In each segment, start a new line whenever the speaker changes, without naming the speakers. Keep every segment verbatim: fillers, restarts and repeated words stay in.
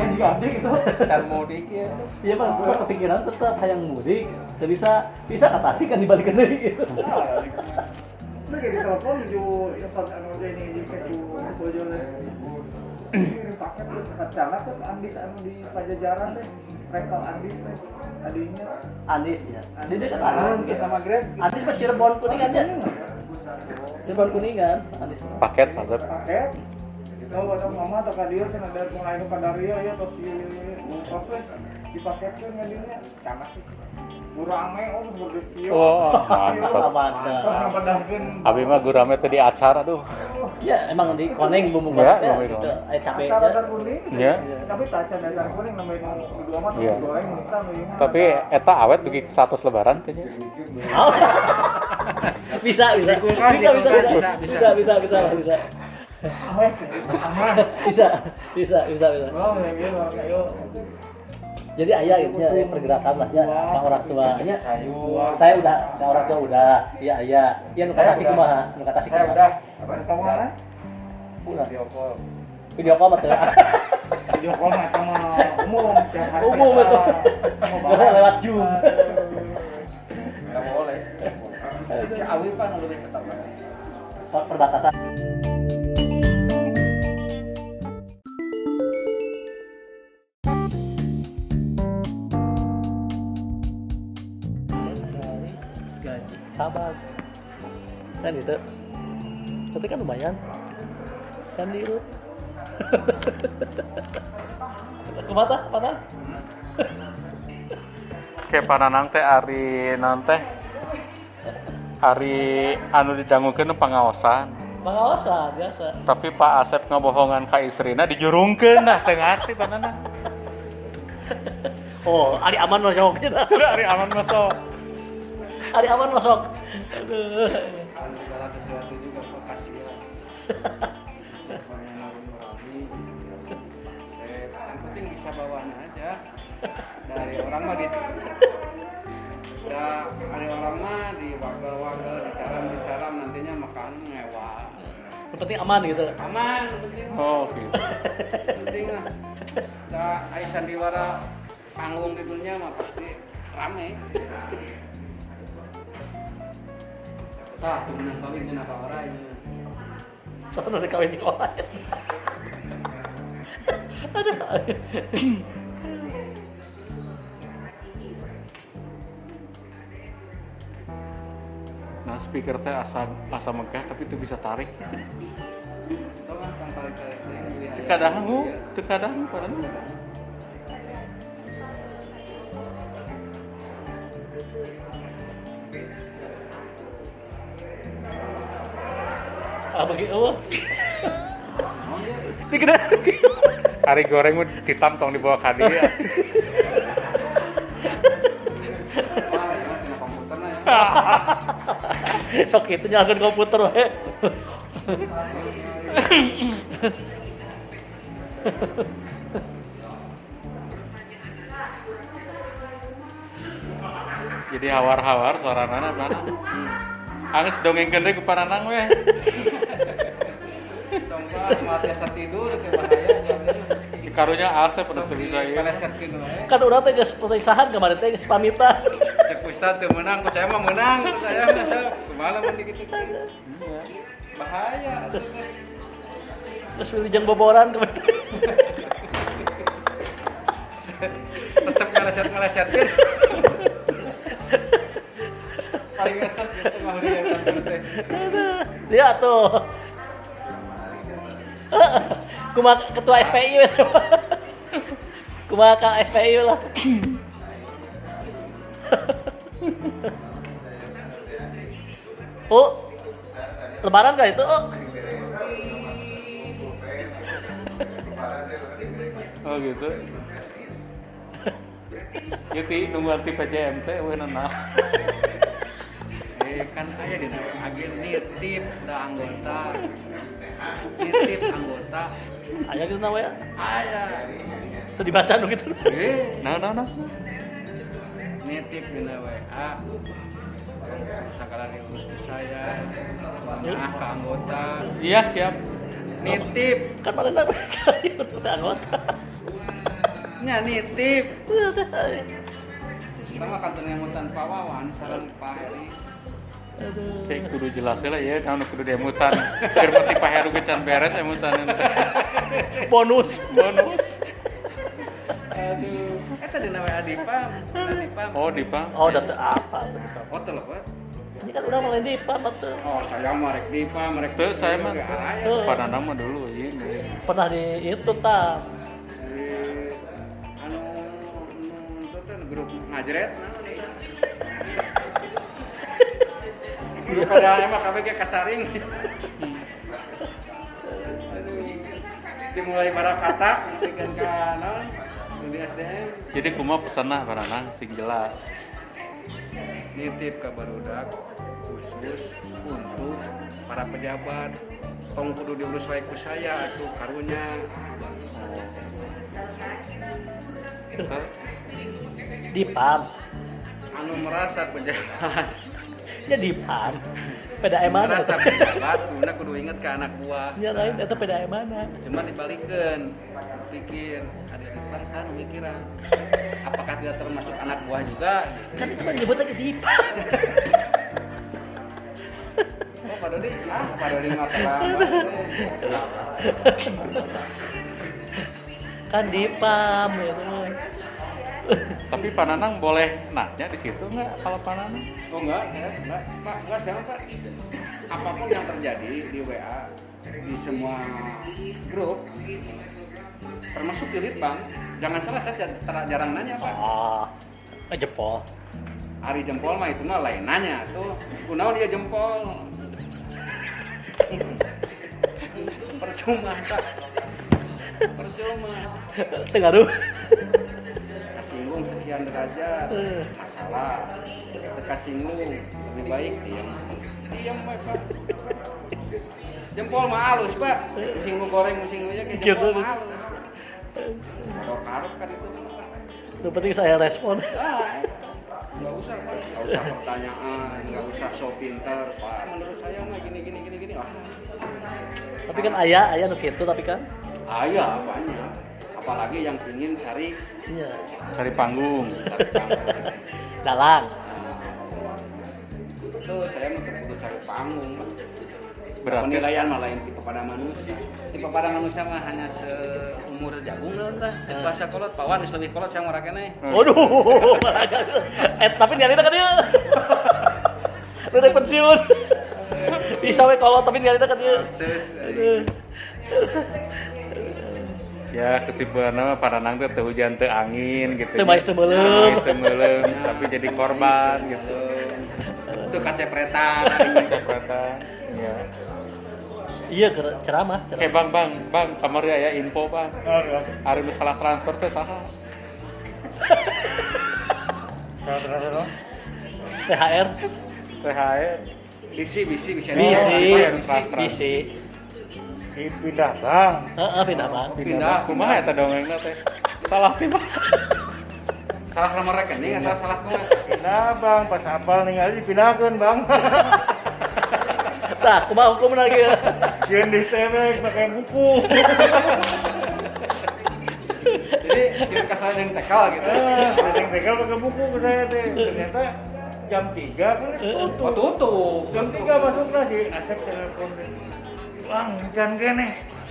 ganti gitu.
Can mudik ya.
Iya Pak, tetap kepikiran tetap hayang mudik, teu bisa bisa ka Tasik kan dibalikeun deui gitu.
Udah kayak di telepon menuju Irfan anu ini di kecu sojo teh. Ini paket tuh kacana tuh Andis anu di Pajajaran teh. Rental Andis teh. Tadinya
Andis ya. Di dekat
ah,
Andis
kayak sama Grab.
Andis mah Cirebon Kuningan ya. Cirebon Kuningan Andis.
Paket maksud.
Paket. Kalau ada mama atau kadir kan ada pengainu kadaria ya terus si proses dipaketkeun ngadinya canak sih. Gurame oh seperti kieu.
Oh, mantap.
Terus ngadahkeun.
Abi mah gurame teh di acar aduh.
Iya, emang di koneng bumbu
Ya,
goreng
bumbu
gitu.
goreng.
Aya cabe
Acar
ya.
dasar kuning.
Iya.
Tapi tak acar dasar kuning namanya dua mah
Iya.
goreng hitam ieu.
Tapi eta awet bagi satu lebaran teh.
Oh. Bisa, bisa. Bisa, bisa, bisa, bisa, bisa, bisa, bisa, bisa.
Awet. Aman.
Bisa, bisa, bisa, bisa.
Oh, ya gitu ayo.
Jadi ayah gitu ya pergerakan lah ya ke orang tuanya. Saya udah ke orang tua udah. Iya ayah. Iya nu ka Tasik kumaha? Nu ka Tasik
Saya
kumaha?
udah.
Apa kemana?
Udah.
Video call.
Video call mah teu.
Video call mah sama umum tiap hari.
Umum itu. Biasa lewat Zoom.
Enggak boleh. Si Awi pan udah ketahuan.
Perbatasan. Gaji sabar kan itu tapi kan lumayan kan diurut kemana mana
Kayak pananang teh ari naon teh? Ari anu didangukeun pangaosan.
pengawasan biasa
Tapi Pak Asep ngabohongan ka istrina dijurungkeun nah teu ngarti pananang.
oh ari aman masuk
Ari aman masuk.
ari aman masuk aduh
segala sesuatu juga kok kasihan supaya nurani yang penting bisa bawaan aja dari orang mah gitu udah dari orang mah di wakil-wakil dicaram dicaram nantinya makan ngewa
yang penting aman gitu
aman yang penting
Oh gitu.
yang penting lah udah ai sandiwara panggung di dunia mah pasti rame tah temenan kawin jeung apa orang ini
satu dari kawin di orang aduh
Nah speaker teh asa asa megah tapi teu bisa tarik.
tau kan kang tarik-tarik teh di
Teu kadangu, teu kadangu padahal.
ah bagi eueuh dikira
Ari goreng mah ditam tong dibawa ka dieu.
Wah, ya, tina komputer na ya.
sok itu nyalakan komputer we
Jadi hawar-hawar suaranana mana? Angges dongengkeun deui ku pananang we.
Tongkar mati asa tidur teh bahaya jam ini.
Karunya Asep pada teu bisa ieu.
Kalesetkeun we.
kan urang teh geus perpisahan kemarin teh geus pamitan
Cek Ustaz teu menang, ku saya mah menang, ku saya mah saya kumaha mun dikitu-kitu. Bahaya atuh teh.
terus wilujeng boboran kemarin
Resep ngaleset-ngalesetkeun. Paling ngeset gitu mah dia kan teh.
dia tuh kumaha ketua S P I wes kumaha ka S P I lah oh lebaran kan itu oh
Oh gitu. Jadi nunggu anti P J M T we nana.
Eh kan aya di agen nitip da anggota. Nitip anggota.
aya gitu na we
Aya.
itu dibaca nu gitu
Eh,
Nah nah nah.
nitip dina W A. Segala diurus ku saya. Nah, ke anggota.
Iya siap.
Nitip.
kan mana mereka itu anggota
nya nitip. Sama kantor ngemutan Pak Wawan, saran Pak Heri.
Aduh.
Kayak kudu jelas lah ya, naon kudu demutan. Keur mati Pak Heru ge can beres emutan.
Bonus.
Bonus.
Aduh, eta dina W A Dipa, Dipa.
Oh, Dipa.
Oh, udah teu apa begitu.
Oh, telepon.
Ini kan udah mulai dipa betul.
Oh, saya mah rek Dipa, merek
Tuh saya mah
Tuh.
Pananang mah dulu ini.
Pernah di itu tak?
anu anu itu teh grup ngajret naon deui. Grup pada emang kabeh ge kasaring. Aduh. Dimulai barakata dengan kanan di S D M.
Jadi kumaha pesanna Pananang sing jelas.
Nitip ke barudak khusus untuk para pejabat tong kudu diurus wae ku saya atuh karunya.
Dipam.
Anu merasa pejabat
Ya dipam. Peda mana?
merasa pejabat kudu kudu inget ke anak buah.
Ya lain eta peda mana?
Cuma dibalikeun pikir ada di bangsa mikiran apakah tidak termasuk anak buah juga.
Kan itu kan nyebut lagi dipam.
Oh Pak Dodi, ah Pak Dodi mah terlambat.
Kan dipam gitu.
Tapi Pananang boleh nanya di situ nggak kalau Pananang?
Oh enggak, saya enggak, Pak, enggak saya Pak. Apapun yang terjadi di W A di semua grup termasuk di Litbang, jangan salah saya jar- jarang nanya Pak.
Ah, oh, jempol.
Hari jempol mah itu mah lain nanya tuh. Kunaon dia jempol? Percuma Pak. Percuma.
Tengaruh.
Singgung sekian derajat masalah dekat singgung lebih baik diam diam Pak. Jempol mah halus Pak, singgung goreng singgungnya kayak jempol mah halus. Kalau karep kan itu Pak.
Yang penting saya respon.
Ah, nggak usah Pak, nggak usah pertanyaan, nggak usah so pinter Pak. Menurut saya mah gini gini gini gini. Ah,
Tapi kan ayah, ayah nu kitu tapi kan.
ayah banyak. Apalagi yang ingin cari
Iya.
Cari panggung.
cari panggung.
Dalang.
Itu saya mah kudu cari panggung Pak.
Berarti
Penilaian malah yang tipe pada manusia. Tipe pada manusia mah hanya seumur jagung lah entah. Di bahasa kolot, pawan geus leuwih kolot saya mah keneh.
Waduh. Eh tapi nyarita kan dia. Udah pensiun. Bisa we kalau tapi nyarita kan dia.
Sus.
ya kesimpulannya mah Pananang teh teu hujan teu angin gitu.
Teu mais teu meuleuh.
Teu meuleuh, tapi jadi korban gitu.
Itu kacepretan.
Kepratan. Ya.
Iya ker- ceramah,
Eh
ceramah.
bang, bang, bang, kamari aya info bang. Hari nu salah transfer teh saha?
T H R.
T H R.
Bisi, bisi, bisa.
Bisi,
bisi.
bisi.
Pindah bang.
Heeh, pindah bang.
Pindah,
Kumaha eta dongengna teh? Salah pindah.
Salah nomor rekening atau salah kumaha?
Pindah bang. Pas apal ningali dipindahkeun bang.
Tah, kumaha hukum lagi?
Jangan diserek pakai buku.
Jadi si kesalahan yang tekal gitu.
Sering pegang pakai buku ke saya teh. Ternyata jam tiga kan tutup.
Oh tutup.
Jam tiga masuk lah si Asep telepon. Bang, jangan kene.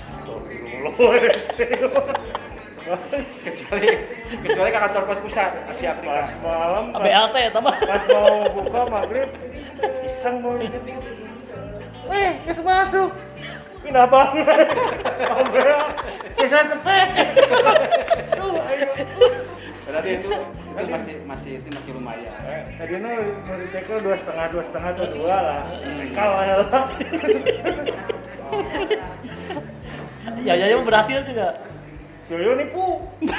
Kecuali kecuali ke kantor pos pusat Asia Afrika.
Pas malam,
B L T eta mah.
pas mau buka maghrib, iseng mau dikit. Eh, geus masuk. Pindah banget. Ambil, bisa cepet. Tuh, ayo.
Berarti itu itu masih masih itu masih lumayan.
Tadi nu mau ditekel dua setengah dua setengah tuh dua lah. Tekal lah ya lah.
Ya ya ya berhasil juga.
Joyo nipu.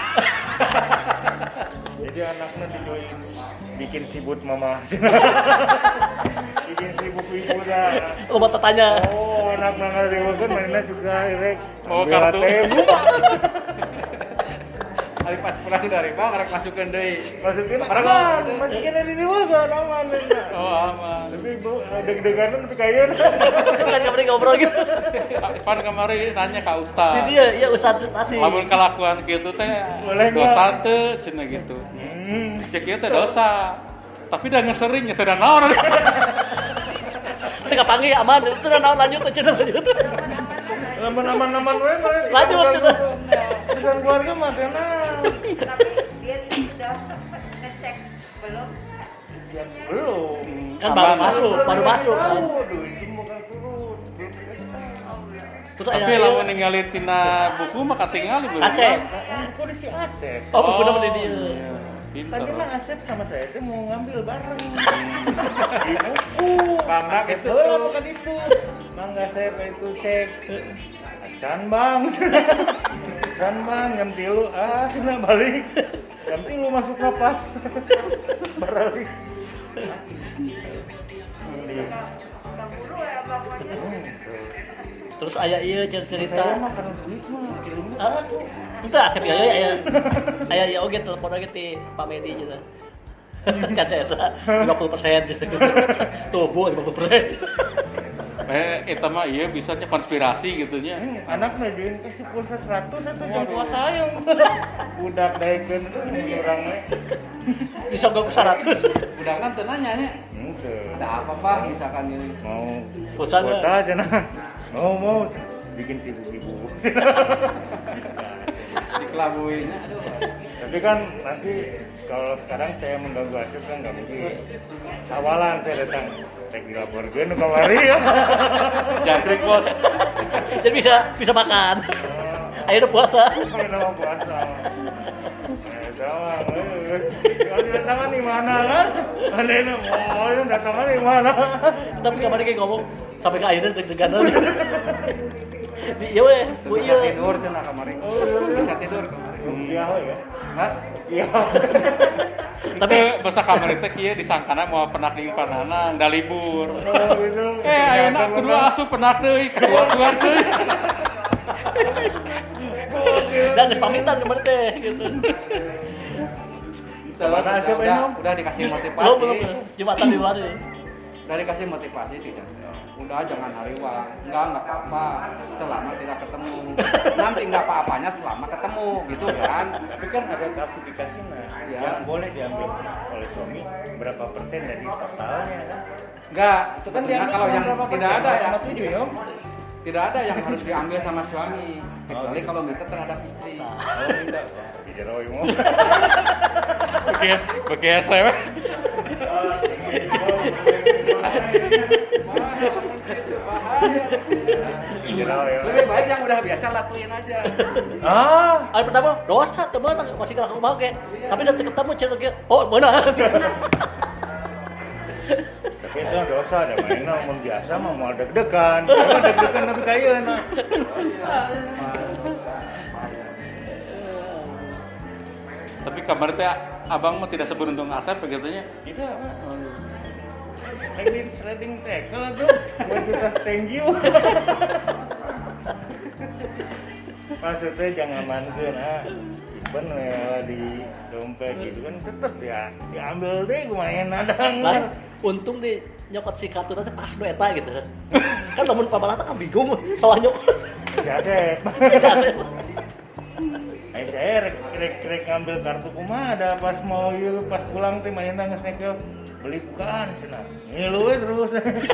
Jadi anaknya dijoin bikin sibut mama. Bikin sibuk ibu dah.
Lo mau tanya.
Oh, anak nanggal dewa kan mainnya juga irek.
Oh,
Ambil
kartu.
A T M.
Hari pas pulang dari bang, rek masukin deui.
Masukin
Orang
aman,
nggak-
masukin dari di mana aman.
Oh aman.
Tapi bu, deg-degan tapi kayak
Kan kemarin ngobrol gitu.
Pan kemarin nanya ke Ustaz.
Jadi ya, ya Ustaz masih.
Lamun kelakuan gitu teh
Boleh nggak?
dosa teu cenah gitu.
Hmm.
Cek ieu teh dosa. Tapi dah ngesering ya teh da naon.
Itu nggak panggil aman, itu udah naon lanjut aja lanjut.
Aman-aman-aman we mah.
Lanjut, cenah.
Urusan keluarga mah tenang.
Tapi dia sudah sempat ngecek belum?
Belum.
Kan baru masuk, baru masuk. Kan.
Aduh, itu bukan turun.
Terus
Tapi
aya-
lamun ningali tina buku mah katingali belum.
Aceh.
Kok di si Asep?
Oh, buku nama di dia.
iya. Pinter.
Tadi mah Asep sama saya itu mau ngambil bareng. Di buku.
Bangga
Asep
gitu
heula
tuh.
bukan itu. Mangga saya itu cek. Acan bang. Acan bang, jam tilu. Ah, kena balik. Jam tilu masuk lapas. Balik.
Udah buru ya bang
Terus aya ieu cerita.
Saya mah karena duit mah. kirimnya.
Ah, itu Asep ya ya aya. Aya ya oge telepon oge ti Pak Medi gitu. Kan saya lima puluh persen gitu. Tubuh lima puluh persen.
Eh eta mah ieu bisa nya konspirasi gitu nya.
Hmm, anak median kasih pulsa seratus atau jam kuat tayang. Udah daekeun urang we.
Disogok seratus.
Udah kan teu nanya nya.
Henteu.
Ada apa pak misalkan ini?
Mau
Pulsa nggak?
kuota aja nah. Mau mau bikin sibuk-sibuk.
Dikelabuinya aduh.
Tapi kan nanti kalau sekarang saya mengganggu Asep kan nggak mungkin. Awalan saya datang. Saya dilaporkan kemari ya.
Jangkrik bos.
Jadi bisa bisa makan. Ayo udah puasa.
Kalau nama puasa. Eh, sama. eh. Kalau datangan di mana kan? Aneh mau yang datangan di mana?
Tapi kemarin kayak ngomong sampai ke akhirnya deg-degan. Di iya weh, bu
Bisa
iya.
tidur cenah kemarin. Bisa tidur kemarin.
Iya ya.
Hah?
Iya.
Tapi bahasa kamar teh kieu disangkana mau penak ning panana da libur.
Oh, gitu.
Eh ayeuna kudu asup penak deui, keluar-keluar deui.
Dan geus pamitan kemarin teh gitu.
Tuh,
Mana
udah,
siapa
udah,
ini, Om?
udah dikasih motivasi.
Belum belum Jumatan di luar ini.
Udah dikasih motivasi sih. Chan. Udah jangan hariwang. Enggak, enggak apa-apa. Selama tidak ketemu. Nanti enggak apa-apanya selama ketemu gitu kan.
Tapi kan ada klasifikasinya
Iya.
yang boleh diambil oleh suami berapa persen dari totalnya kan?
Enggak,
Itu kan
sebetulnya
diambil
kalau
cuma
yang
berapa
tidak
persen?
ada ya.
Sama tujuh ya Om?
Tidak ada yang harus diambil sama suami kecuali
gitu.
kalau minta terhadap istri.
Kalau minta di jero ieu mah.
Oke, oke saya.
Di jero ya.
Lebih baik yang udah biasa lakuin aja.
Ah,
Hari pertama dosa teman masih ngelakuin mau kayak. Tapi udah ketemu cerita kayak oh mana?
tapi itu dosa ada mainnya umum biasa mah mau deg-degan. Kalau deg-degan tapi kayak nah.
Tapi kamar teh abang mah tidak seberuntung Asep begitu nya.
Itu apa? Lagi sliding tackle tuh. Buat kita thank you. Maksudnya jangan mantul ah. Iban ya di dompet gitu kan tetep ya diambil deh lumayan nadang.
Lain untung di nyokot si kartu nanti pas do eta gitu. Kan lamun pabalata kan bingung salah nyokot.
Si Asep.
Siapa?
Ayo saya rek, rek, rek ngambil kartu kumaha ada pas mau ieu pas pulang teh main nangis nekel beli bukaan cenah. Ngilu we terus.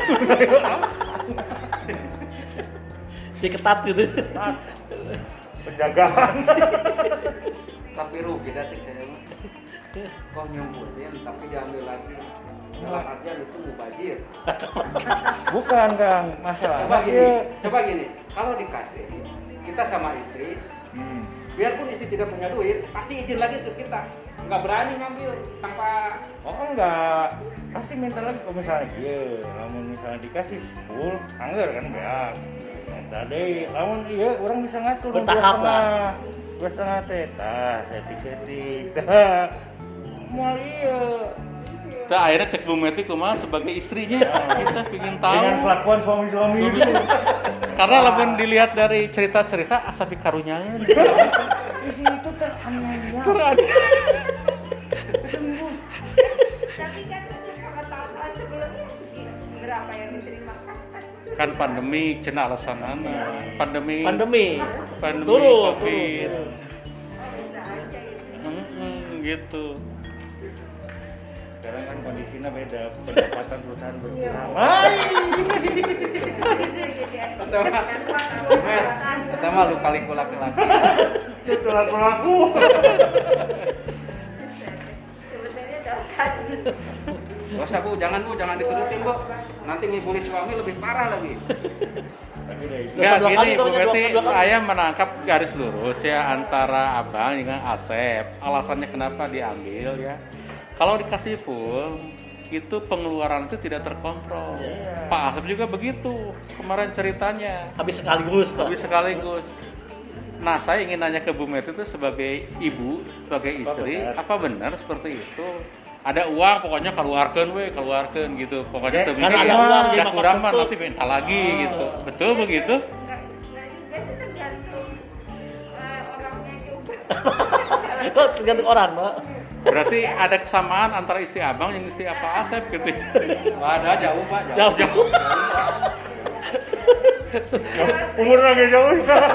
Diketat gitu.
Nah, penjagaan.
Tapi rugi datik saya mah. Kok nyumbutin tapi diambil lagi. Dalam artian itu mubazir.
Bukan Kang, masalah.
Coba gini, coba gini. Kalau dikasih kita sama istri,
Hmm.
biarpun istri tidak punya duit, pasti izin lagi ke kita. Nggak berani ngambil tanpa
Oh enggak, pasti minta lagi kalau misalnya iya, namun misalnya dikasih full, anggar kan ya. Minta deh, namun iya orang bisa ngatur.
Bertahap lah.
Dua setengah teh, tah, setting-setting, tah. Mal iya.
Teh akhirnya cek Bu Meti kumaha sebagai istrinya. Kita pingin tahu.
Dengan kelakuan suami-suami itu.
Karena lamun dilihat dari cerita-cerita asapi karunyangan.
isi itu teraniaya.
Teraniaya.
Sungguh.
Tapi kan kalau tahun-tahun sebelumnya berapa yang diterima kan?
Kan pandemi cenah alasan anak. Pandemi.
Pandemi.
Pandemi
Turun,
Covid.
turun.
Bisa aja itu.
Mm-mm, gitu.
Sekarang kan kondisinya beda, pendapatan perusahaan berkurang.
Pertama, Mas, pertama lu paling ku laki-laki.
Itu laku-laku.
Sebenarnya dosa.
Dosa bu, jangan bu, jangan diturutin bu. Nanti ngibuli suami lebih parah lagi.
Enggak
dua
gini,
kali,
Bu
dua-
Betty,
dua kali.
saya menangkap garis lurus ya antara Abang dengan Asep. Alasannya kenapa diambil ya? Kalau dikasih full, itu pengeluaran itu tidak terkontrol.
Iya.
Pak Asep juga begitu kemarin ceritanya.
Habis sekaligus, Pak.
Habis sekaligus. Nah, saya ingin nanya ke Bu Betty itu sebagai ibu, sebagai istri,
benar?
apa benar seperti itu? Ada uang, pokoknya keluarkan we, keluarkan gitu. Pokoknya
Ya,
tuh
karena
mikir,
ada uang, jadi
udah
makan
kurang mah
kerupuk.
nanti minta lagi gitu. Betul begitu?
Enggak, enggak juga sih tergantung eh, orangnya juga.
Kok tergantung orang, Pak.
Berarti ada kesamaan antara istri Abang yang istri apa Asep gitu.
Nggak ada, jauh pak, jauh.
Jauh, jauh.
Umur lagi jauh.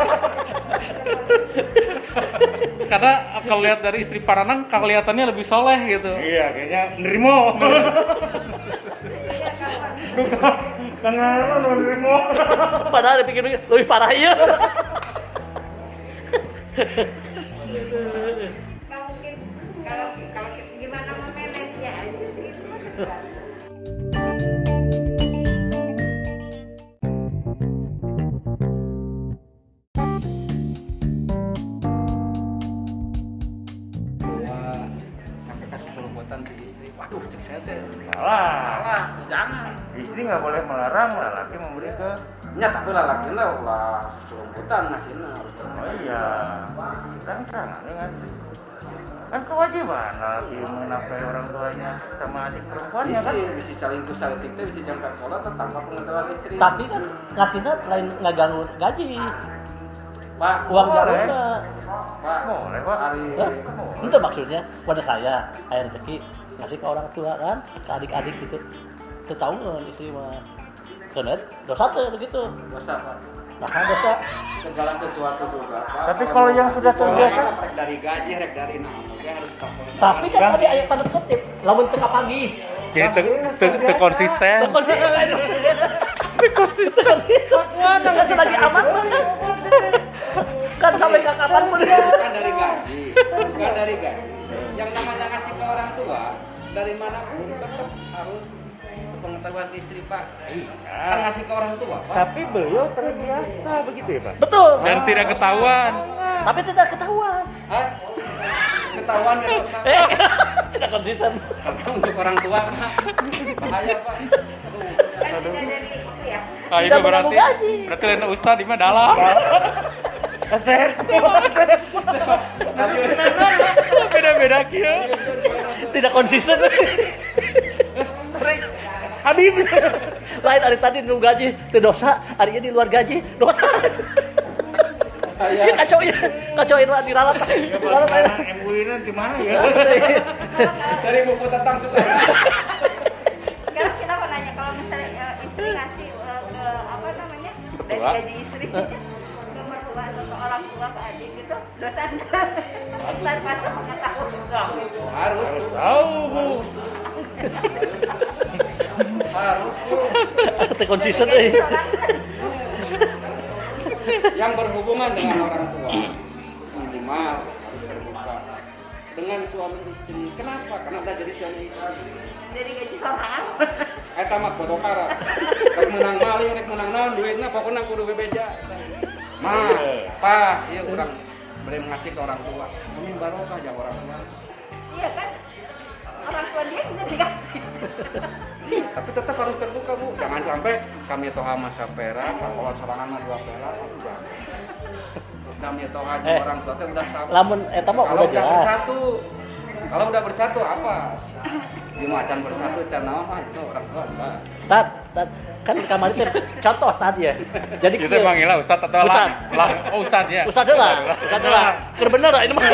Karena kalau lihat dari istri Paranang kelihatannya lebih soleh gitu.
Iya, kayaknya nerimo.
Iya kapan?
Karena lu nerimo.
Padahal dipikir lebih parah ya.
Nggak mungkin kalau kalau gimana memanage-nya aja sih.
Bahwa sampai kasih kelembutan di istri. Waduh, cek saya teh.
Salah.
Salah, jangan.
Istri nggak boleh melarang, laki memberi ke.
Nya tapi laki lah ulah kelembutan ngasihna harus.
Oh iya. Kan sangat ngasih. Kan kewajiban laki menafkahi orang tuanya sama adik perempuannya kan.
Bisa, bisa saling saling kita bisa jangka pola tanpa pengetahuan istri.
Tapi kan ngasihnya lain nggak ganggu gaji.
Pak,
Uang
Boleh.
jarumnya.
Pak,
Boleh, Pak.
hari
Hah? Itu maksudnya pada saya air rezeki ngasih ke orang tua kan, ke adik-adik gitu. Ketahuan istri mah. Karena dosa tuh begitu.
dosa Pak.
Nah, dosa.
Segala sesuatu juga Pak.
Tapi kalau yang sudah terbiasa,
rek dari gaji, rek dari nama, oke harus tak boleh.
Tapi kan tadi ayat tanda kutip, lamun tengah pagi.
Jadi te, te, te konsisten.
Konsisten. Konsisten. Kan selagi aman kan. Kan sampai ke kapan pun.
Bukan dari gaji, bukan dari gaji. Yang namanya ngasih ke orang tua, dari manapun tetap harus sepengetahuan istri Pak. Kan ngasih ke orang tua Pak.
tapi beliau terbiasa begitu ya Pak.
Betul.
Dan tidak ketahuan.
Tapi tidak ketahuan.
Hah? Ketahuan ya dosa.
Eh, tidak konsisten.
Tapi untuk orang tua Pak, bahaya Pak. Aduh.
Kan tidak dari itu ya.
Ah, itu
Tidak
berarti
mengganggu gaji.
berarti lain ustad di mana dalam.
Asep.
Beda-beda kia.
Tidak konsisten.
Habib.
Lain hari tadi nunggu gaji, itu dosa. Hari ini di luar gaji, dosa.
Saya
Ini kacauin, kacauin lah diralat. Diralat aja.
M U I nanti mana ya?
dari buku tentang suka.
Sekarang kita mau nanya kalau misalnya eh, istri ngasih eh, ke apa namanya dari
Mertua.
gaji istri ke mertua atau ke orang tua ke adik gitu dosa enggak? Tanpa sepengetahuan suami.
Harus
Harus
Bu.
tahu Bu.
Harus Bu.
Tidak konsisten.
Gaji
Eh.
seorang
Yang berhubungan dengan orang tua minimal harus terbuka dengan suami istri. Kenapa? Karena udah jadi suami istri.
dari gaji seorang.
Eta mah bodokara. Rek menang maling, rek menang naon duitna pokoknya kudu bebeja. Mah, pa, ieu urang beri ngasih ke orang tua. Mungkin barokah jeung orang tua.
Iya kan orang tua dia juga dikasih.
Tapi tetap harus terbuka Bu. Jangan sampai kami toha masa perak, kalau sorangan mah dua perak, aku jangan. Kami toha jeung
Eh,
orang tua teh udah satu.
Lamun eta mah
Kalau
udah
udah
jelas.
bersatu, kalau udah bersatu apa? Di macan bersatu can naon ah itu orang tua enggak.
Tad, tad, kan kamar itu contoh tadi ya. Jadi
Itu manggilnya Ustad atau
Ustad.
lang? Lang. Oh Ustad ya.
Ustad lah, Ustad lah. Keur bener lah ini mah.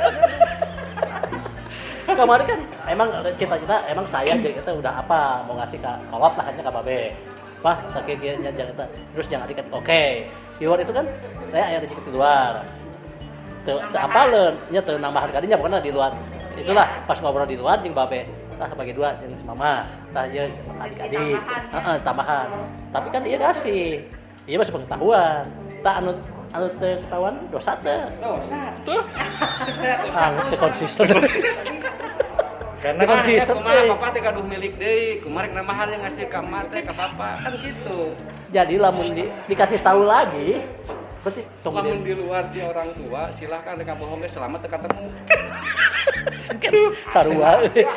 Kemarin kan emang cita-cita emang saya jadi kita udah apa mau ngasih ke kolot lah hanya ke babe. Wah, sakit dia jangan kita. Terus jangan dikat. Oke. Di luar itu kan saya aya rezeki di luar. Teu teu apaleun, nya teu nambahan kadinya pokoknya di luar. Itulah pas ngobrol di luar jeung babe. Tah bagi dua jeung si mama. Tah ieu adik-adik. Heeh, tambahan. Tapi kan ieu kasih. Ieu masih pengetahuan. Tah anu anu teu ketahuan dosa teh.
Dosa. Tuh. Saya dosa.
Ah, teu konsisten.
Karena
kan
Ya,
sistem
kumaha
teh.
papa teh gaduh milik deui, kumaha namahan yang ngasih ka emak teh ka papa kan gitu.
Jadi lamun di, dikasih tahu lagi, berarti tunggu
Lamun
dia.
di luar di orang tua, silahkan mereka bohong ge selamat teu ketemu.
Kan sarua.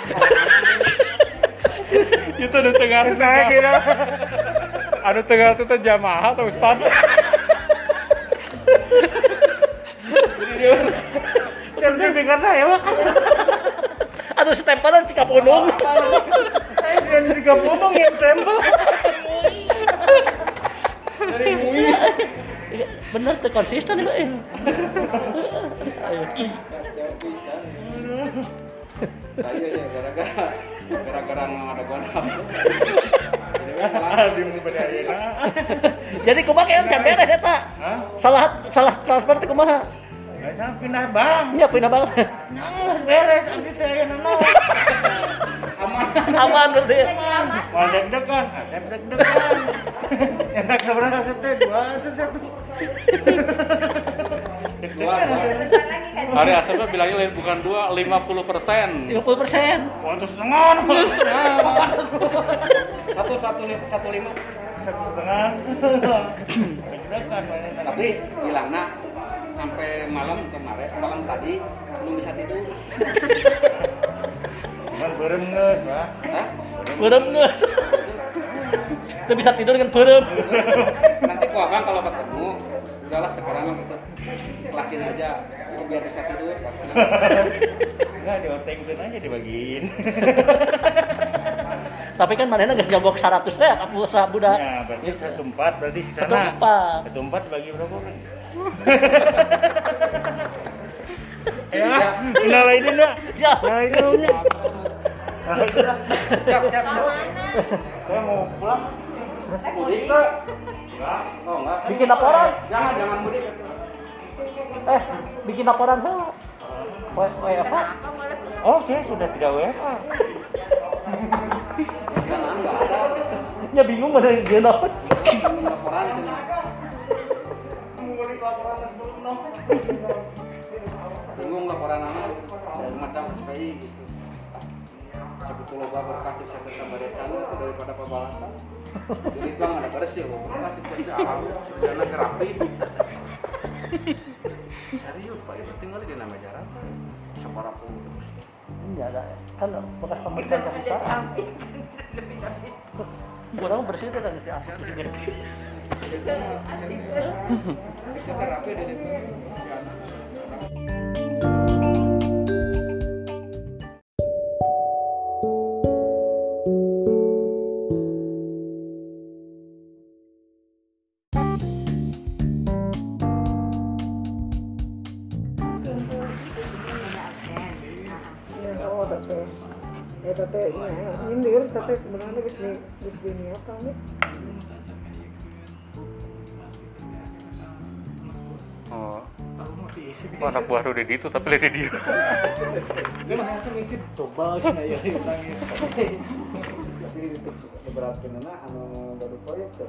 Itu ada tengah saya kira. Ada tengah itu teh jamaah atau Ustad?
Sertifikatnya ya Pak.
Aduh setempelan cika punung.
Saya jangan juga ngomong yang stempel.
Dari mui.
Bener tuh konsisten ya, Mbak. Ayo.
Jauh pisan. Ayo ya gara-gara gara-gara ngadaguan apa. Jadi memang
Di bedayeuna.
Jadi kumaha kan can beres eta.
Hah?
Salah salah transfer teh kumaha?
Saya pindah bang.
Nya pindah banget.
Nangis beres abdi teh aya nana.
aman.
Aman berarti.
Mau deg-degan, asep deg-degan. Enak sebenarnya asep teh dua asep satu.
Dua, dua.
Sebentar lagi kan.
Hari asapnya bilangnya lain bukan dua, lima puluh persen.
lima puluh persen.
Satu setengah.
Satu satu li- satu lima.
Satu setengah. Deg-degan mainan.
Tapi bilangna sampai malam kemarin malam tadi belum bisa tidur.
Cuman berem geus, Pak.
Hah?
Berem geus. Teu bisa tidur dengan berem.
Nanti ku abang kalau ketemu udahlah sekarang mah kita kelasin aja biar bisa tidur katanya.
Enggak diotengkeun aja dibagiin.
Tapi kan manehna geus jambok seratus teh ka pulsa budak.
Ya, berarti satu empat berarti di
Satu
sana.
empat.
Satu empat bagi berapa orang?
Ya.
Ya, nalain enggak?
Ya.
Nalain dulu.
Siap siap siap.
Saya mau pulang.
Mudik ke? Oh enggak.
Bikin laporan.
Jangan jangan mudik.
Eh, bikin laporan heula. W W F.
Kenapa boleh pulang?
Oh, saya sudah tidak W F H.
Jangan enggak ada.
Nya bingung mana yang dia dapat.
Laporan cuma. Bingung laporan anak semacam S P I gitu. Segitu loba berkas cek saya tambah desana itu daripada pabalatan. Jadi bang ada bersih loh. Berkas cek saya alam dana terapi. Serius Pak itu tinggal di nama jarak. Separah pun terus.
Enggak ada. Kan bekas pemerintahan
Ada
perusahaan.
camping. Lebih lebih.
Orang bersih itu kan si asap di sini.
Asik.
Bisa terapi di situ.
Oh, tapi ya tapi nyindir tapi sebenarnya bis di bis di apa nih?
Oh. Oh, anak buah udah di itu tapi lagi di dia.
Coba sih ya hilangin.
Beberapa nana anu baru proyek tuh.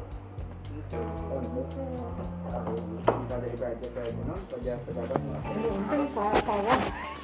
Misalnya I P J kayak gimana, kerja pedagang
Ini untung pak kawan.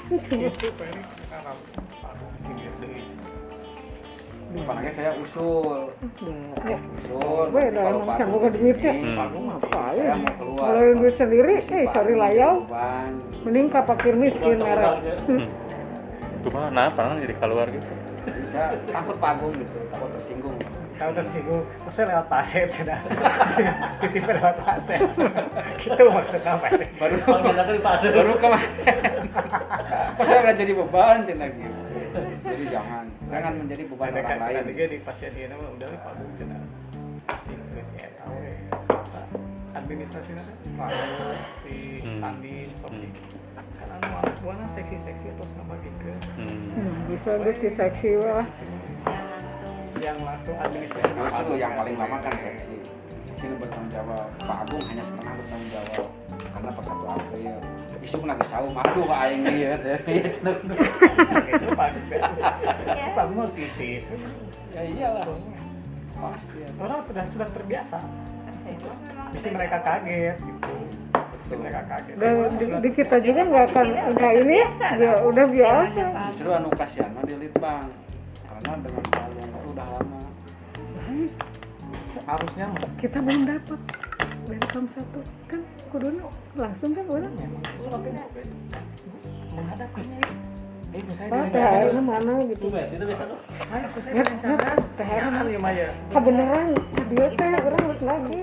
Panasnya saya usul,
Ya,
usul.
gue dalam macam bukan duitnya.
Pagung
Apa
saya
ya?
mau keluar.
Kalau yang duit sendiri, eh sorry layau.
Beban.
Mending kapakir miskin merek.
Cuma nah, pernah jadi keluar gitu.
Bisa takut pagung gitu, takut tersinggung.
Kalau tersinggung, maksudnya lewat pasep sudah. Titipnya lewat pasep. Gitu maksudnya apa ini?
Baru
Panggilannya di pasar.
baru kemarin. Pas saya udah jadi beban cina gitu. Jadi jangan. jangan menjadi beban
Ada
orang
kan
lain.
juga di pasien ini mah udah Pak Bung cenah. Si terus ya tahu ya. Administrasi nanti kalau si
Hmm.
Sandi Sofi
Hmm.
kan anu anak buahna seksi-seksi terus ngabagikeun
Hmm.
Hmm, bisa terus di seksi lah.
yang langsung administrasi
Justru yang paling lama kan seksi. Seksi ini bertanggung jawab. Pak Agung hanya setengah bertanggung jawab karena per satu April. Isuk lagi saum, aduh Pak Aing dia.
itu Pak Pak Bung artis
Ya iyalah. Pasti.
orang sudah sudah terbiasa mesti mereka kaget gitu mesti mereka kaget
Dan
Orang
di,
sudah
di kita juga nggak akan nggak ini ya udah biasa.
Justru anu kasihan mah di Litbang karena dengan hal yang itu udah lama.
harusnya mah
Kita belum dapat dari kam satu kan kudunya langsung kan udah.
memang suatu menghadapinya eh ibu saya
Pak T
dengan
H R
cara
mana gitu.
Tuh, Bet, itu biasa tuh.
ayo ibu saya
Ya,
dengan cara
T H R
jangan ya Maya
Kebeneran dia teh orang lihat lagi.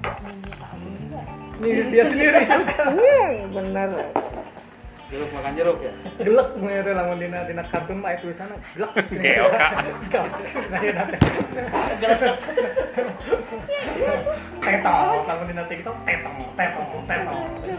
mirip dia sendiri juga
Iya benar.
Jeruk makan jeruk ya.
gelek mulai itu lamun dina dina kartun mah itu sana gelek
Geoka.
nah ya nanti tetong lamun dina TikTok tetong tetong tetong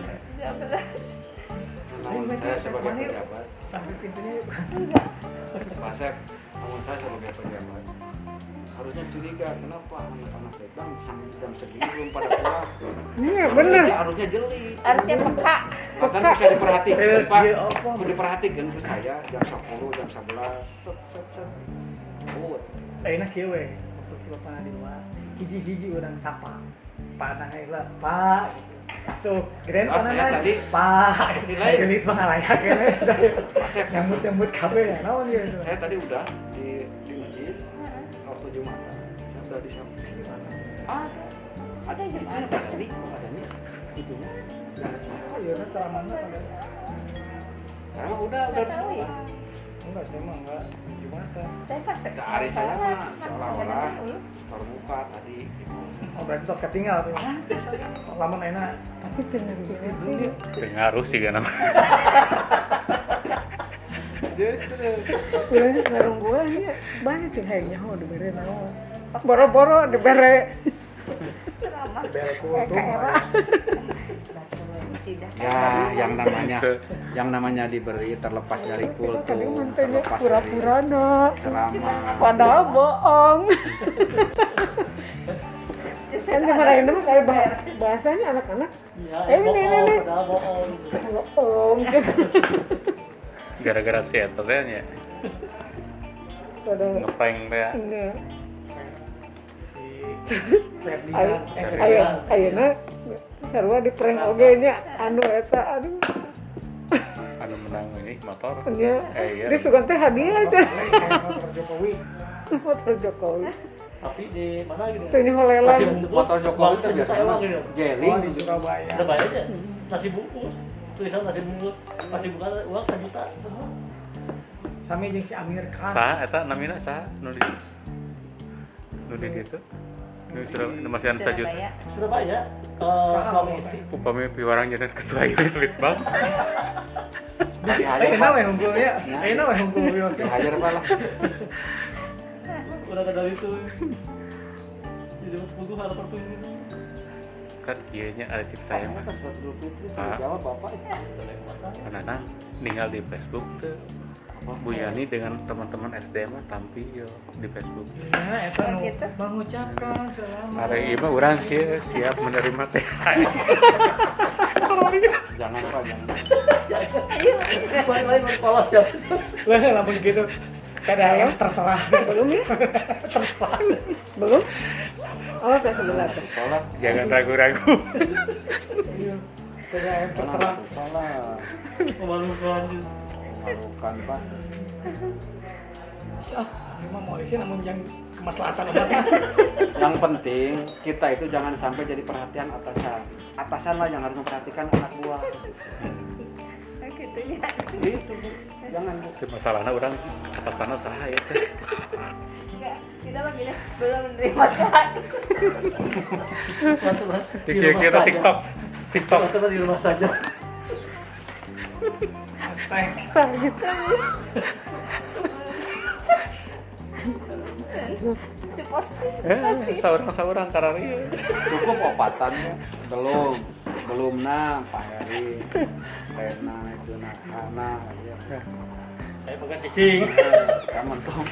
Namun saya sebagai pejabat,
sampai pintunya
Pak Asep, namun saya sebagai pejabat harusnya curiga kenapa anak-anak Litbang sampai jam segini belum pada pulang.
Iya benar.
Harusnya- Harusnya jeli.
Harusnya peka.
Bahkan bisa diperhatikan,
Eh,
Pak.
dia apa?
Perlu diperhatikan ke saya jam sepuluh, jam sebelas. Set set set. Oh,
enak ya weh untuk si bapak di luar hiji-hiji orang sapa Pak Nang Aila Pak gitu. Masuk keren
Oh,
Pak
saya
Nang
tadi
Pak
nilai.
gelit Pak layak ya sudah
Asep.
nyambut-nyambut kabe ya naon ya
saya tadi udah di di masjid waktu Jumatan. Saya udah di sana. Ada, ada yang ada tadi kok adanya itunya.
oh iya kan ceramahnya pada
Karena udah udah
tahu ya.
enggak saya mah enggak Jumatan
Saya pas
Ada hari saya mah seolah-olah setor muka tadi gitu.
oh berarti tos ketinggal tuh lamun enak
Tapi benar benar.
Pengaruh sih kan.
Justru
Udah sekarang gue ya banyak sih kayaknya mau diberi naon. Boro-boro diberi.
bel
Kayak
kultum
era.
ya yang namanya yang namanya diberi terlepas dari
Tadi
kultur,
mantannya
terlepas dari
pura-pura nak.
ceramah.
Padahal bohong. Kan cuma lain mah kayak bah- bahasanya anak-anak
Iya,
Eh, ini,
bohong,
ini, ini.
padahal bohong.
bohong.
Gara-gara si eta teh nya
Pada
ngeprank teh.
ini.
si Ferdinand
Ayo,
eh
ayo,
Ferdinand
ayeuna sarua di prank oge nya anu eta aduh.
Anu menang ini motor.
Nya.
Eh iya.
Di sugan teh hadiah aja.
kayak motor Jokowi
Motor Jokowi.
Tapi di mana gitu?
Teu nyolelan.
Nasi bungkus,
Motor Jokowi itu
bangsa
biasanya
Ewang gitu.
jeling
oh di
gitu.
Surabaya
Udah bayar aja. Nasi bungkus. Tulisan nasi bungkus. Nasi bungkus uang sejuta.
sami jeung si Amir Khan
Saha eta namina saha nu di nu di ditu. Nu Surabaya nu masih anu sajuta.
Surabaya.
Surabaya. Eh,
Saha
suami
mau
istri.
Upami piwarang jadi ketua unit Litbang.
eh enak weh unggulnya enak weh unggul yo
Di hire apa lah.
Udah ada itu. Jadi sepuluh harus pertunggu.
Kan kieu nya ada cik saya mah.
Atas buat Idul Fitri
Ah.
jawab Bapak.
Kanana ninggal di Facebook teh. Bu Yani dengan teman-teman S D mah tampil di Facebook.
nah eta nu
Gitu.
mengucapkan selamat
Hari ini mah urang kieu siap menerima T H R.
Jangan Pak, jangan.
Lain-lain polos ya.
lah lamun gitu kada yang terserah
Belum ya? Belum? Oh, ke sebelah tuh.
Sekolah
Jangan ragu-ragu.
kada yang terserah
Sekolah.
Memalukan.
Memalukan Pak.
ah ini mah mau isi namun yang kemaslahatan umatnya
Yang penting kita itu jangan sampai jadi perhatian atasan. Atasan lah yang harus memperhatikan anak buah.
Gitu ya.
Gitu Bu. Jangan Bu.
Itu masalahnya orang atasana saha ya teh.
Enggak, kita lagi deh belum menerima kan.
Dikira-kira TikTok. TikTok.
Teman-teman di rumah saja.
hashtag
Tak gitu.
Itu pasti.
Eh, saurang-saurang karari.
Cukup opatannya belum belum nah Pak Heri pena itu nah karena ya
Saya bukan cicing.
kamu tong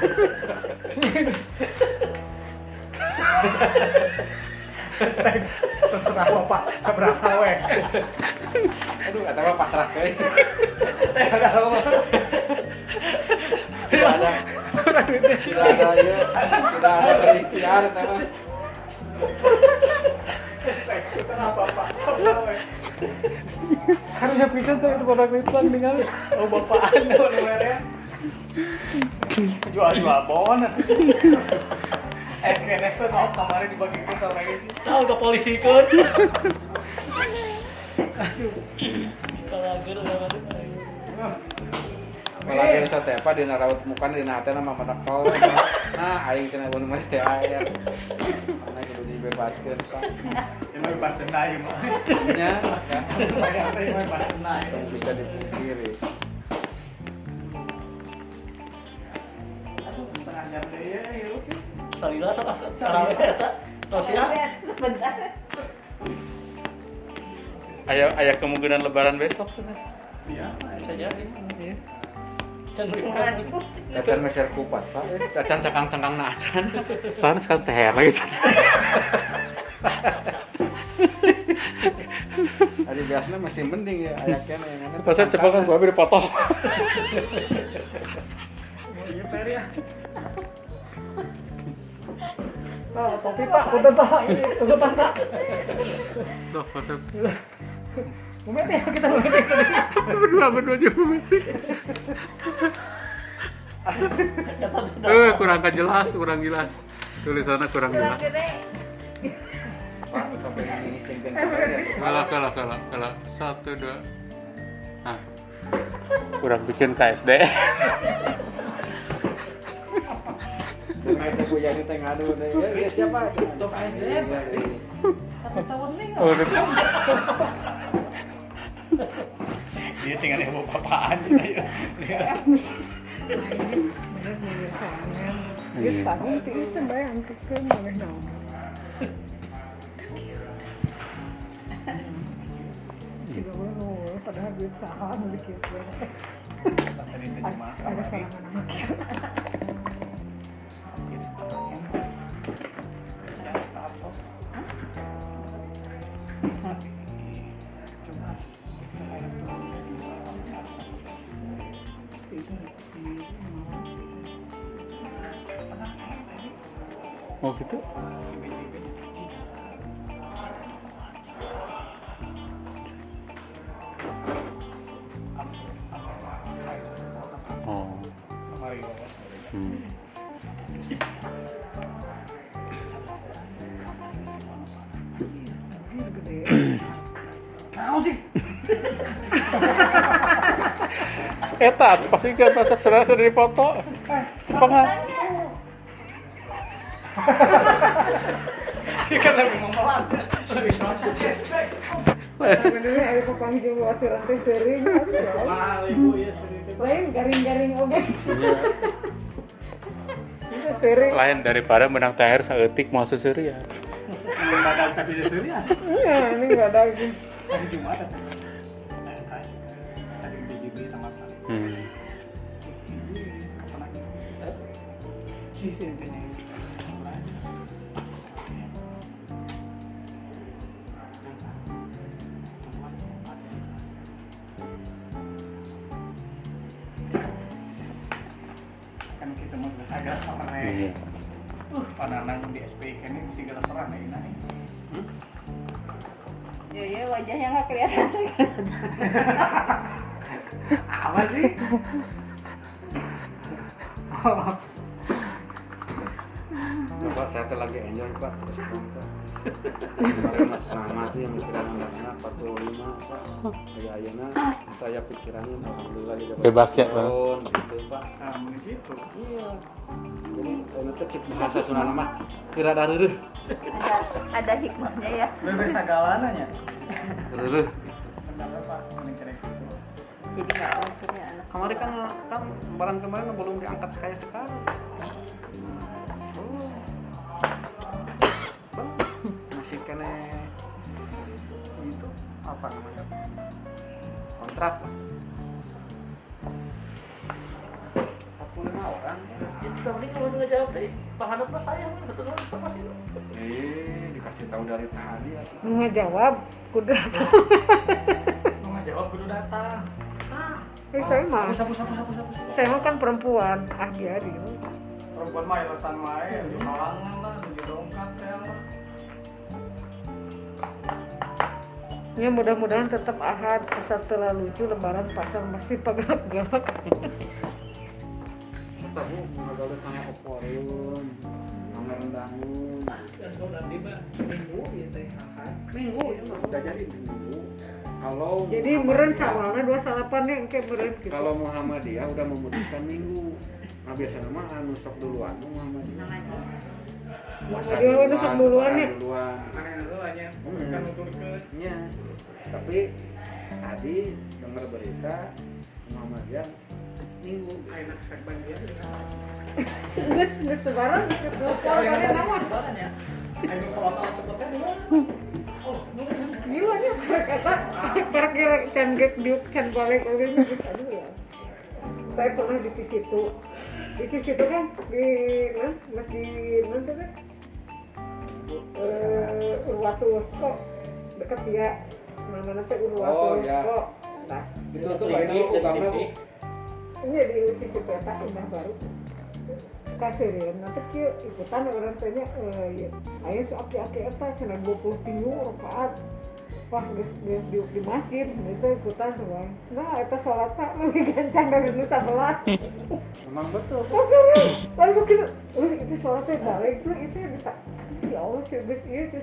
Terserah bapak seberapa we.
aduh kata apa pasrah kayak
Tidak ada.
tidak ada ya tidak ada berikhtiar teman
Terserah bapak seberapa we. Harusnya bisa tuh itu produk litbang tinggal. Oh bapak anda ya. Jual-jual bon. Eh kayaknya tuh mau kemarin dibagi kita lagi sih.
Tahu ke polisi ikut. Kalau guru banget.
kalau dia bisa teh apa di narawat muka di nate nama menekau nah aing kena bunuh mah teh air mana kudu dibebaskeun Pak
Ini bebas denda ya mah.
nya kan
Banyak teh bebas denda.
bisa dipungkiri
Aduh setengah jam deh ya. Oke.
Salila sok saraweh eta. Tos ya.
Sebentar.
Aya aya kemungkinan lebaran besok cenah.
Iya.
Bisa jadi.
Iya.
Can beri
Waduh.
Dacan meser kupat Pak eh dacan cangkang-cangkang na acan
Sana sekarang teh lagi.
Ari biasanya masih mending ya aya kene yang ngene
Pasal coba kan gua dipotong.
Iya per ya. Pak, topi Pak, udah Pak. Ini tutup Pak.
Tuh, pasal
Mumet ya kita mumet.
berdua berdua juga meeting. Eh, kurang kan jelas, kurang jelas. Tulisannya kurang
Kurang
jelas.
gede.
Pak topi ini singkeun ya
Kalah, kalah, kalah, kalah. Satu, dua. Nah, kurang bikin K S D.
Main teh kuya di teh ngadu deh ya iya, siapa
Untuk A S D.
Satu tahun nih.
Oh, itu.
Dia tinggal ibu papaan kita ya.
Bener bener soalnya. Geus tahun tiis bae angkekeun maneh naon. Si guru padahal duit saha nu dikieu.
Sering terjemah.
Ada serangan nama kieu.
Oh gitu. Oh. Hmm. Eta pasti kan pas sudah sudah dipoto. Cepat
Kan lebih memelas, lebih cocok.
Sebenarnya ada kepanggil aturan teh sering.
Wah, ibu ya sering.
Lain garing-garing oge. Itu sering.
lain daripada menang T H R saeutik mau seseuri ya.
Belum ada tapi di sini ya.
Iya, ini enggak ada lagi.
Hari Jumat ada. Tadi di J B Taman Sari.
Hmm.
Sih sih ini. Kan kita mau segala sama
Iya.
Uh, pananang di S P I kan ini segala serang ya ini.
Ya ya wajahnya nggak kelihatan sih.
Apa sih?
Bapak saya tuh lagi enjoy Pak terus terang Pak saya mas Rama tuh yang mikiran anak-anak empat puluh lima Pak kayak ayana saya pikirannya alhamdulillah juga
Bebas ya, Pak.
tahun gitu Pak
Nah, begitu.
iya jadi ini tuh cek bahasa Sunda nama kira ada reureut
Ada ada hikmahnya ya.
Bebas segalanya.
reureut
Benar Pak, ini kira gitu.
Jadi nggak waktunya anak.
kemarin kan kan lebaran kemarin belum diangkat kayak sekarang apa namanya kontrak lah. empat puluh lima orang.
Itu tadi kalau nggak jawab deh, bahan apa saya betul betul apa sih?
Eh, dikasih tahu dari tadi ya.
Nggak jawab, kuda.
Mau ngejawab kudu datang.
Eh, saya mah,
Sapu sapu sapu sapu.
saya mah kan perempuan, ah dia dia.
Perempuan mah alasan main di kalangan lah, di dongkak ya lah.
Ya mudah-mudahan tetap ahad, asal terlalu lucu, lebaran pasar masih pagelak-gelak.
Tahu nggak tanya oporun, nggak rendangun.
Minggu ya teh ahad.
Minggu ya mah udah jadi minggu. Kalau
Jadi meren sawalnya dua salapan yang kayak meren gitu.
kalau Muhammadiyah udah memutuskan minggu. Nah biasanya mah anu sok duluan Muhammadiyah.
Muhammadiyah udah sok duluan ya.
Duluan.
Aneh itu lah nya.
Hmm.
Kan nuturkeun.
Iya. Tapi tadi dengar berita Muhammadiyah minggu.
Enak segmen dia.
Geus geus sebarang geus sebarang naon.
Ayo salat cepetnya dulu.
Gila nya kata parek kira can get diuk can balik ulin aduh ya. Saya pernah di situ. Di situ kan di nah, masjid nanti kan. Eh Urwatul kok dekat dia. Mana teh Urwatul
Oh, ya.
kok. Nah,
Itu tuh kayaknya utama Bu.
ini di uci si peta indah baru kasirin nanti kieu ikutan orang tanya eh ya aya si aki-aki eta cenah dua puluh tiga rakaat wah geus geus di, di masjid geus ikutan tuh nah eta salatna lebih gancang dari nu sabelah
Memang betul.
oh serius langsung kita uh itu salatnya balik tuh itu kita ya Allah sih geus ieu geus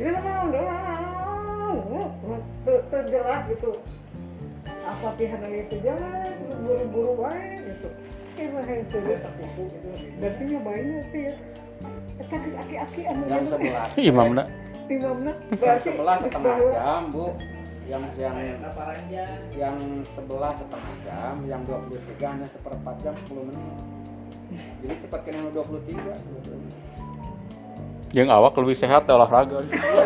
jelas jelas gitu apa pihak itu jelas buru-buru wae gitu eh mah yang serius berarti nyobain sih ya eta geus aki-aki anu
Yang sebelas.
Imamna.
imamna
Yang
berarti
sebelas
geus
setengah
bahwa-
jam Bu. Yang yang yang sebelas setengah jam, yang dua puluh tiga hanya seperempat jam sepuluh menit. Jadi cepat kena yang dua puluh tiga sebetulnya.
Yang awak lebih sehat teh olahraga.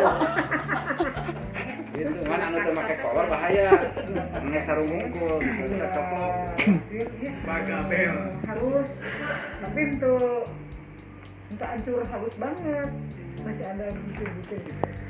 Gitu kan anu teu make kolor bahaya. Nge sarung unggul, bisa coplok.
Bagabel.
halus tapi untuk untuk hancur halus banget masih ada gitu gitu